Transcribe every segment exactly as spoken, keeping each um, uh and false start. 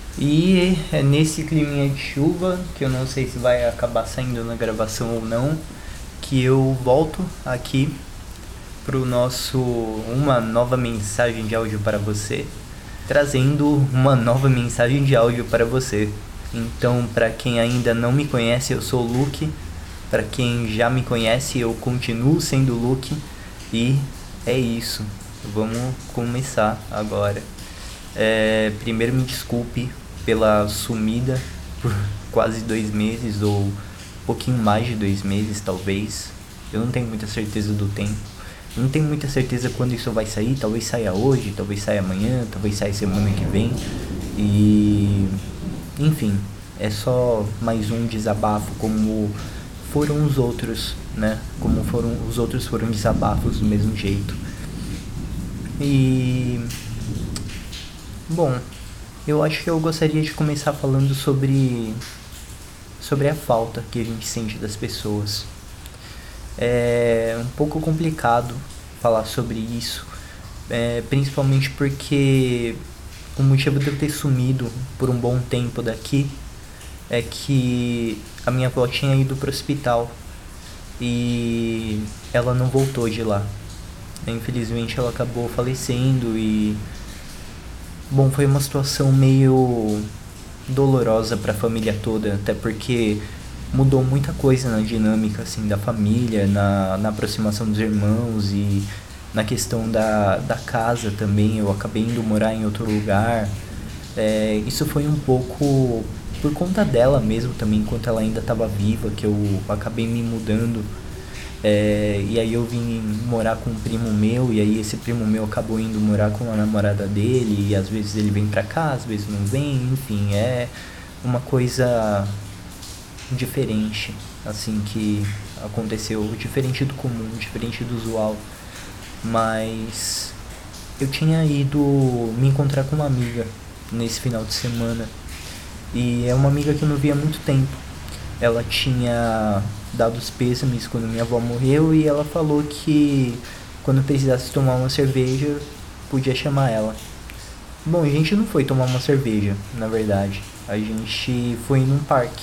E é nesse climinha de chuva, que eu não sei se vai acabar saindo na gravação ou não, que eu volto aqui pro nosso uma nova mensagem de áudio para você, trazendo uma nova mensagem de áudio para você. Então, para quem ainda não me conhece, eu sou o Luke. Para quem já me conhece, eu continuo sendo o Luke. E é isso. Vamos começar agora. É, primeiro me desculpe pela sumida por quase dois meses ou um pouquinho mais de dois meses, talvez. Eu não tenho muita certeza do tempo. Não tenho muita certeza quando isso vai sair. Talvez saia hoje, talvez saia amanhã, talvez saia semana que vem. E enfim, é só mais um desabafo como foram os outros, né? Como foram os outros foram desabafos do mesmo jeito. E bom, eu acho que eu gostaria de começar falando sobre sobre a falta que a gente sente das pessoas. É um pouco complicado falar sobre isso, é, principalmente porque o motivo de eu ter sumido por um bom tempo daqui é que a minha avó tinha ido pro hospital e ela não voltou de lá. Infelizmente ela acabou falecendo e bom, foi uma situação meio dolorosa para a família toda, até porque mudou muita coisa na dinâmica assim da família, na, na aproximação dos irmãos e na questão da, da casa também. Eu acabei indo morar em outro lugar. É, isso foi um pouco por conta dela mesmo também, enquanto ela ainda estava viva, que eu acabei me mudando. É, e aí eu vim morar com um primo meu, e aí esse primo meu acabou indo morar com a namorada dele, e às vezes ele vem pra cá, às vezes não vem, enfim, é uma coisa diferente, assim, que aconteceu, diferente do comum, diferente do usual. Mas eu tinha ido me encontrar com uma amiga nesse final de semana. E é uma amiga que eu não via há muito tempo. Ela tinha dado os pêsames quando minha avó morreu e ela falou que quando precisasse tomar uma cerveja, podia chamar ela. Bom, a gente não foi tomar uma cerveja, na verdade. A gente foi num parque.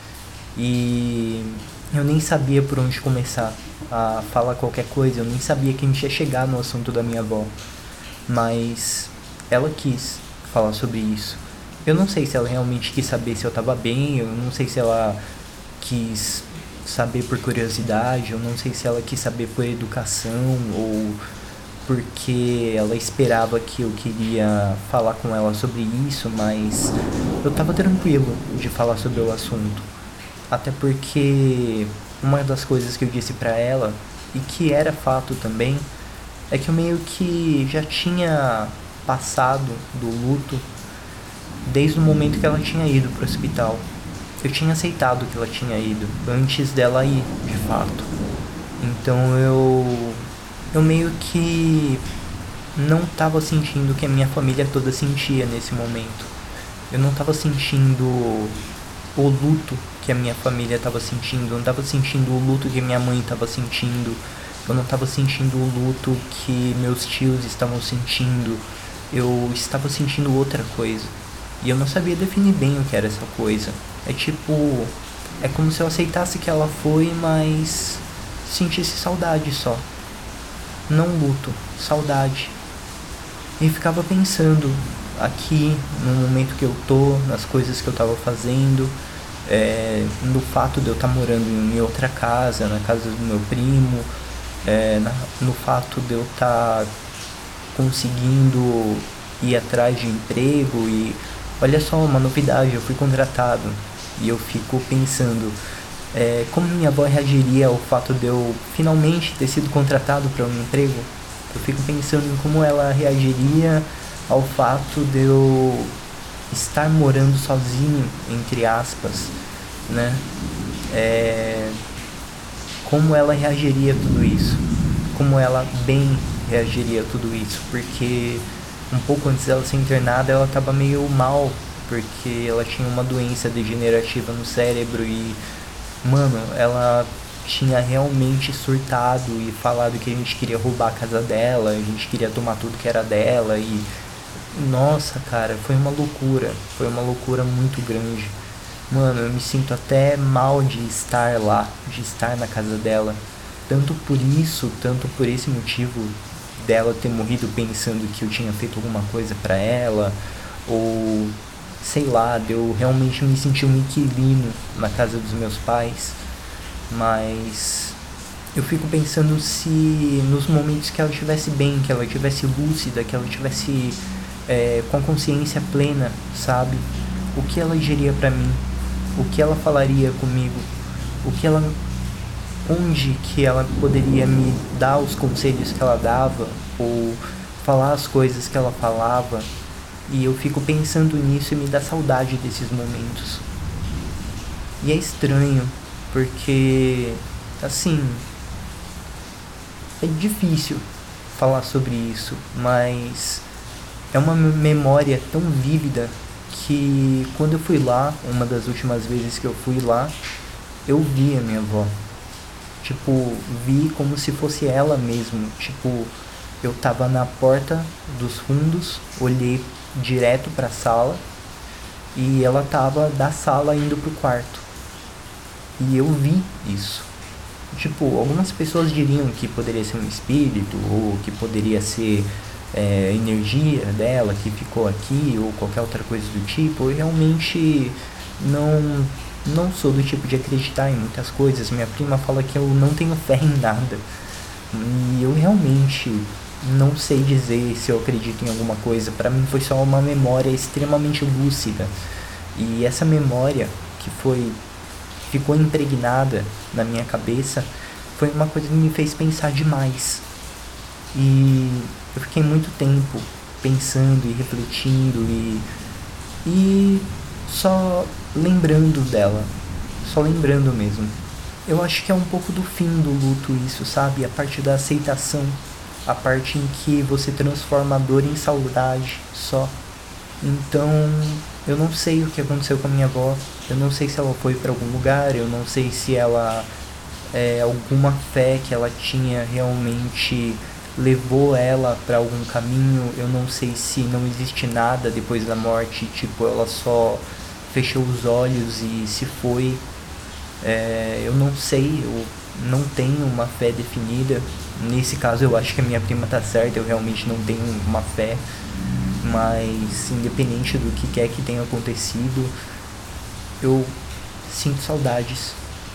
E eu nem sabia por onde começar a falar qualquer coisa, eu nem sabia que a gente ia chegar no assunto da minha avó. Mas ela quis falar sobre isso. Eu não sei se ela realmente quis saber se eu tava bem, eu não sei se ela quis saber por curiosidade, eu não sei se ela quis saber por educação ou porque ela esperava que eu queria falar com ela sobre isso, mas eu tava tranquilo de falar sobre o assunto. Até porque uma das coisas que eu disse pra ela, e que era fato também, é que eu meio que já tinha passado do luto desde o momento que ela tinha ido pro hospital. Eu tinha aceitado que ela tinha ido, antes dela ir, de fato. Então eu... eu meio que não tava sentindo o que a minha família toda sentia nesse momento. Eu não tava sentindo o luto que a minha família tava sentindo, eu não tava sentindo o luto que minha mãe tava sentindo, eu não tava sentindo o luto que meus tios estavam sentindo, eu estava sentindo outra coisa. E eu não sabia definir bem o que era essa coisa. É tipo... é como se eu aceitasse que ela foi, mas sentisse saudade só. Não luto, saudade. E ficava pensando aqui, no momento que eu tô, nas coisas que eu tava fazendo, é, no fato de eu estar tá morando em outra casa, na casa do meu primo, é, na, no fato de eu estar tá conseguindo ir atrás de emprego e olha só, uma novidade, eu fui contratado. E eu fico pensando, é, como minha avó reagiria ao fato de eu finalmente ter sido contratado para um emprego? Eu fico pensando em como ela reagiria ao fato de eu estar morando sozinho, entre aspas, né? É, como ela reagiria a tudo isso? Como ela bem reagiria a tudo isso? Porque um pouco antes dela ser internada, ela estava meio mal, porque ela tinha uma doença degenerativa no cérebro e, mano, ela tinha realmente surtado e falado que a gente queria roubar a casa dela, a gente queria tomar tudo que era dela e Nossa, cara, foi uma loucura. Foi uma loucura muito grande. Mano, eu me sinto até mal de estar lá, de estar na casa dela. Tanto por isso, tanto por esse motivo dela ter morrido pensando que eu tinha feito alguma coisa pra ela, ou sei lá, de eu realmente me sentir um inquilino na casa dos meus pais. Mas eu fico pensando se nos momentos que ela estivesse bem, que ela estivesse lúcida, que ela estivesse é, com a consciência plena, sabe? O que ela diria pra mim? O que ela falaria comigo? O que ela, onde que ela poderia me dar os conselhos que ela dava ou falar as coisas que ela falava? E eu fico pensando nisso e me dá saudade desses momentos. E é estranho, porque assim, é difícil falar sobre isso, mas é uma memória tão vívida que quando eu fui lá, uma das últimas vezes que eu fui lá, eu vi a minha avó. Tipo, vi como se fosse ela mesmo. Tipo, eu tava na porta dos fundos, olhei direto pra sala e ela tava da sala indo pro quarto. E eu vi isso. Tipo, algumas pessoas diriam que poderia ser um espírito ou que poderia ser é, energia dela que ficou aqui ou qualquer outra coisa do tipo. Eu realmente não não sou do tipo de acreditar em muitas coisas. Minha prima fala que eu não tenho fé em nada. E eu realmente não sei dizer se eu acredito em alguma coisa. Pra mim foi só uma memória extremamente lúcida. E essa memória que foi ficou impregnada na minha cabeça foi uma coisa que me fez pensar demais. E eu fiquei muito tempo pensando e refletindo e, e só lembrando dela, só lembrando mesmo. Eu acho que é um pouco do fim do luto isso, sabe? A parte da aceitação, a parte em que você transforma a dor em saudade só. Então, eu não sei o que aconteceu com a minha avó, eu não sei se ela foi para algum lugar, eu não sei se ela, é, alguma fé que ela tinha realmente levou ela para algum caminho, eu não sei se não existe nada depois da morte, tipo, ela só fechou os olhos e se foi. É, eu não sei, eu não tenho uma fé definida. Nesse caso eu acho que a minha prima tá certa, eu realmente não tenho uma fé. Mas independente do que quer que tenha acontecido, eu sinto saudades.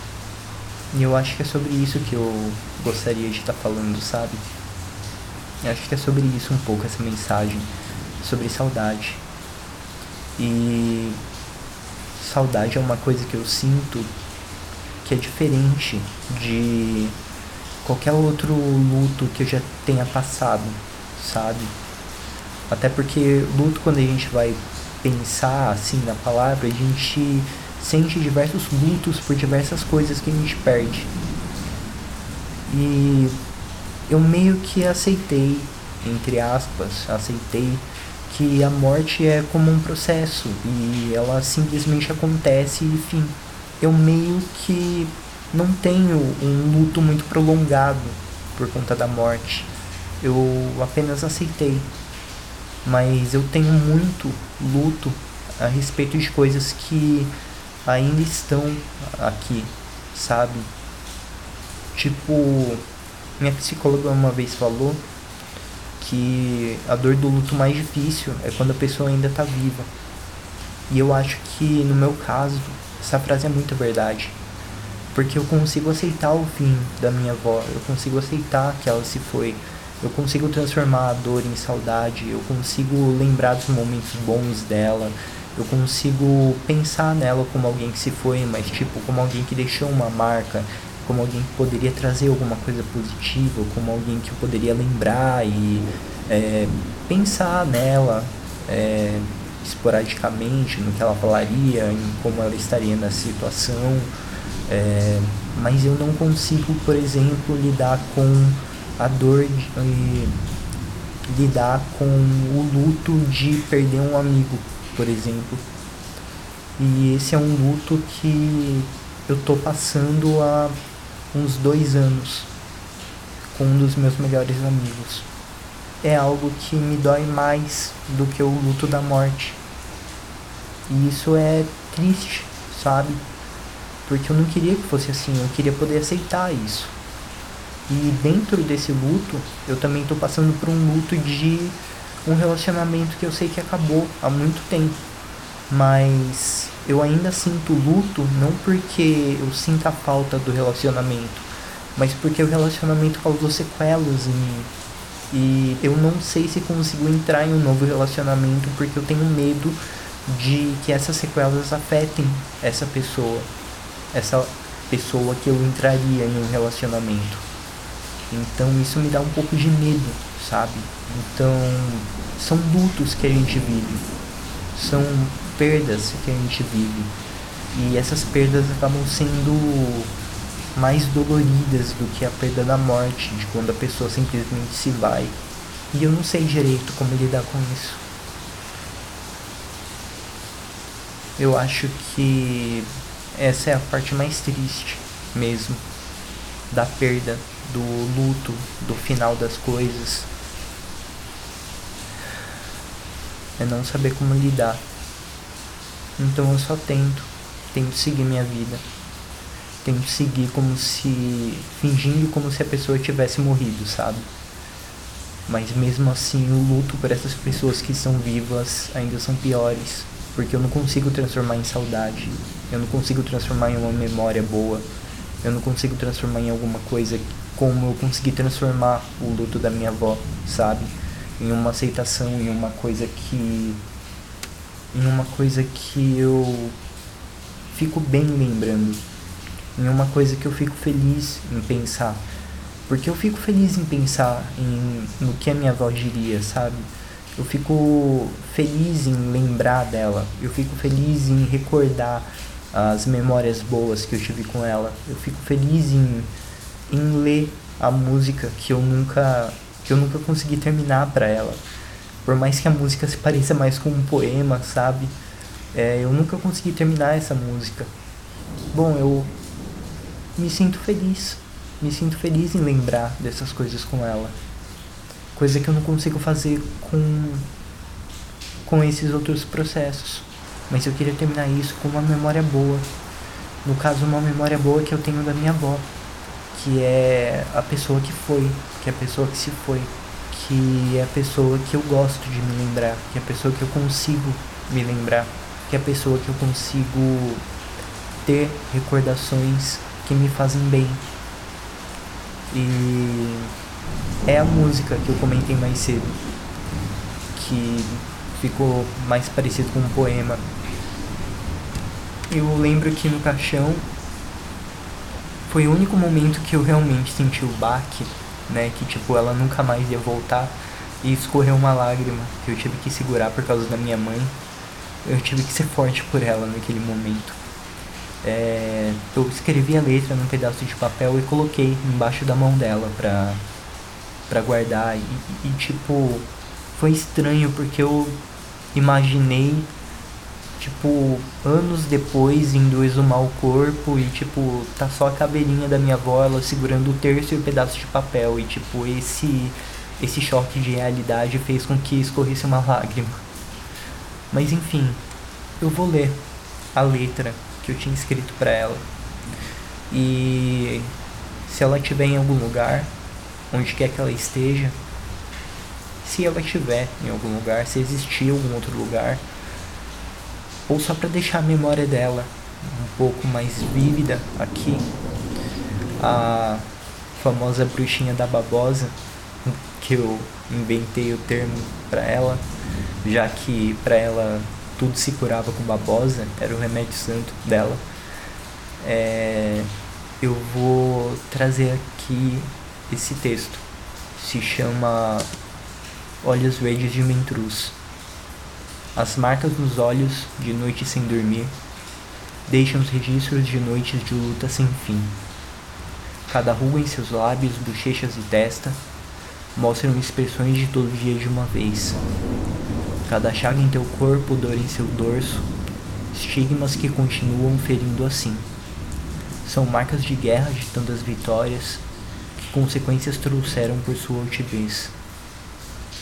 E eu acho que é sobre isso que eu gostaria de estar falando, sabe? Eu acho que é sobre isso um pouco, essa mensagem. Sobre saudade. E saudade é uma coisa que eu sinto que é diferente de qualquer outro luto que eu já tenha passado, sabe? Até porque luto, quando a gente vai pensar assim na palavra, a gente sente diversos lutos por diversas coisas que a gente perde. E eu meio que aceitei, entre aspas, aceitei que a morte é como um processo e ela simplesmente acontece e fim. Eu meio que não tenho um luto muito prolongado por conta da morte. Eu apenas aceitei. Mas eu tenho muito luto a respeito de coisas que ainda estão aqui, sabe? Tipo, minha psicóloga uma vez falou que a dor do luto mais difícil é quando a pessoa ainda tá viva. E eu acho que no meu caso, essa frase é muito verdade. Porque eu consigo aceitar o fim da minha avó, eu consigo aceitar que ela se foi. Eu consigo transformar a dor em saudade, eu consigo lembrar dos momentos bons dela, eu consigo pensar nela como alguém que se foi, mas tipo, como alguém que deixou uma marca, como alguém que poderia trazer alguma coisa positiva, como alguém que eu poderia lembrar e é, pensar nela é, esporadicamente, no que ela falaria, em como ela estaria na situação. É, mas eu não consigo, por exemplo, lidar com a dor de, e lidar com o luto de perder um amigo, por exemplo. E esse é um luto que eu tô passando há uns dois anos com um dos meus melhores amigos. é algo que me dói mais do que o luto da morte. E isso é triste, sabe? Porque eu não queria que fosse assim, eu queria poder aceitar isso. E dentro desse luto, eu também tô passando por um luto de um relacionamento que eu sei que acabou há muito tempo. Mas eu ainda sinto luto, não porque eu sinta a falta do relacionamento, mas porque o relacionamento causou sequelas em mim. E eu não sei se consigo entrar em um novo relacionamento porque eu tenho medo de que essas sequelas afetem essa pessoa. Essa pessoa que eu entraria em um relacionamento. Então isso me dá um pouco de medo, sabe? Então são lutos que a gente vive. São perdas que a gente vive. E essas perdas acabam sendo mais doloridas do que a perda da morte, de quando a pessoa simplesmente se vai. E eu não sei direito como lidar com isso. Eu acho que essa é a parte mais triste mesmo, da perda, do luto, do final das coisas. É não saber como lidar. Então eu só tento, tento seguir minha vida. Tento seguir como se, fingindo como se a pessoa tivesse morrido, sabe? Mas mesmo assim o luto por essas pessoas que estão vivas ainda são piores. Porque eu não consigo transformar em saudade. Eu não consigo transformar em uma memória boa. Eu não consigo transformar em alguma coisa como eu consegui transformar o luto da minha avó, sabe? Em uma aceitação, em uma coisa que... Em uma coisa que eu fico bem lembrando. Em uma coisa que eu fico feliz em pensar. Porque eu fico feliz em pensar em, no que a minha avó diria, sabe? Eu fico feliz em lembrar dela. Eu fico feliz em recordar as memórias boas que eu tive com ela. Eu fico feliz em, em ler a música que eu nunca, que eu nunca consegui terminar pra ela. Por mais que a música se pareça mais com um poema, sabe? É, eu nunca consegui terminar essa música. Bom, eu me sinto feliz. Me sinto feliz em lembrar dessas coisas com ela. Coisa que eu não consigo fazer com, com esses outros processos. Mas eu queria terminar isso com uma memória boa. No caso, uma memória boa que eu tenho da minha avó. Que é a pessoa que foi. Que é a pessoa que se foi. Que é a pessoa que eu gosto de me lembrar. Que é a pessoa que eu consigo me lembrar. Que é a pessoa que eu consigo ter recordações que me fazem bem. E é a música que eu comentei mais cedo, que ficou mais parecido com um poema. Eu lembro que no caixão foi o único momento que eu realmente senti o baque, né? Que tipo, ela nunca mais ia voltar. E escorreu uma lágrima que eu tive que segurar por causa da minha mãe. Eu tive que ser forte por ela naquele momento. É, eu escrevi a letra num pedaço de papel e coloquei embaixo da mão dela pra, pra guardar. E, e tipo, foi estranho porque eu imaginei, tipo, anos depois indo exumar o corpo e tipo, tá só a caveirinha da minha avó, ela segurando o terço e o pedaço de papel. E tipo, esse, esse choque de realidade fez com que escorresse uma lágrima. Mas enfim, eu vou ler a letra que eu tinha escrito pra ela. E se ela estiver em algum lugar, onde quer que ela esteja, se ela estiver em algum lugar, se existir algum outro lugar, ou só pra deixar a memória dela um pouco mais vívida aqui, a famosa bruxinha da babosa, que eu inventei o termo pra ela, já que pra ela tudo se curava com babosa, era o remédio santo dela. É, eu vou trazer aqui esse texto. Se chama Olhos Verdes de Mentruz. As marcas nos olhos, de noite sem dormir, deixam os registros de noites de luta sem fim. Cada ruga em seus lábios, bochechas e testa mostram expressões de todo dia de uma vez. Cada chaga em teu corpo, dor em seu dorso, estigmas que continuam ferindo assim. São marcas de guerra de tantas vitórias, que consequências trouxeram por sua altivez.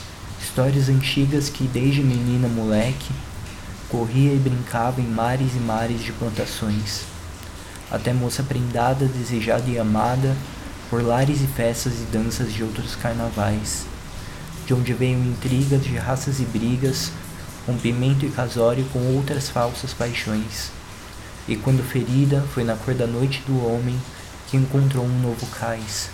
Histórias antigas que desde menina moleque corria e brincava em mares e mares de plantações, até moça prendada, desejada e amada por lares e festas e danças de outros carnavais, de onde veio intrigas de raças e brigas, rompimento e casório com outras falsas paixões. E quando ferida, foi na cor da noite do homem que encontrou um novo cais.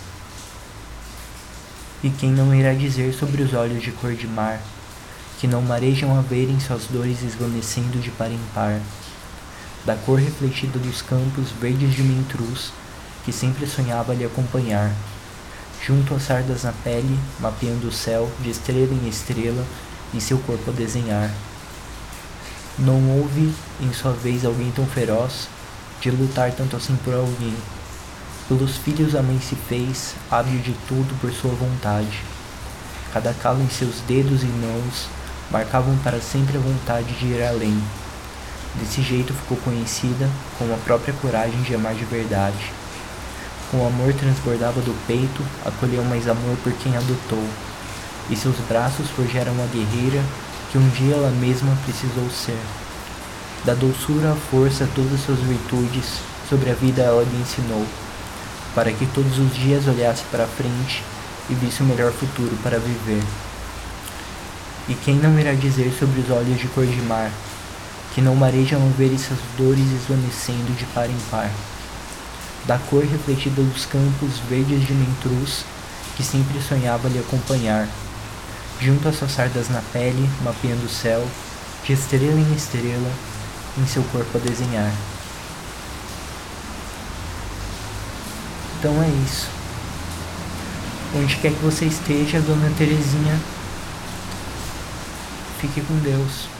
E quem não irá dizer sobre os olhos de cor de mar, que não marejam a verem suas dores esvanecendo de par em par, da cor refletida dos campos verdes de mentruz, que sempre sonhava lhe acompanhar, junto às sardas na pele, mapeando o céu de estrela em estrela, em seu corpo a desenhar. Não houve, em sua vez, alguém tão feroz, de lutar tanto assim por alguém. Pelos filhos a mãe se fez, hábil de tudo por sua vontade. Cada calo em seus dedos e mãos marcavam para sempre a vontade de ir além. Desse jeito ficou conhecida com a própria coragem de amar de verdade. Com o amor transbordava do peito, acolheu mais amor por quem adotou, e seus braços forjaram a guerreira que um dia ela mesma precisou ser. Da doçura à força todas as suas virtudes, sobre a vida ela lhe ensinou, para que todos os dias olhasse para frente e visse o melhor futuro para viver. E quem não irá dizer sobre os olhos de cor de mar, que não marejam ao ver essas dores esvanecendo de par em par, da cor refletida dos campos verdes de mentruz, que sempre sonhava lhe acompanhar, junto às suas sardas na pele, mapeando o céu, de estrela em estrela, em seu corpo a desenhar. Então é isso. Onde quer que você esteja, Dona Terezinha, fique com Deus.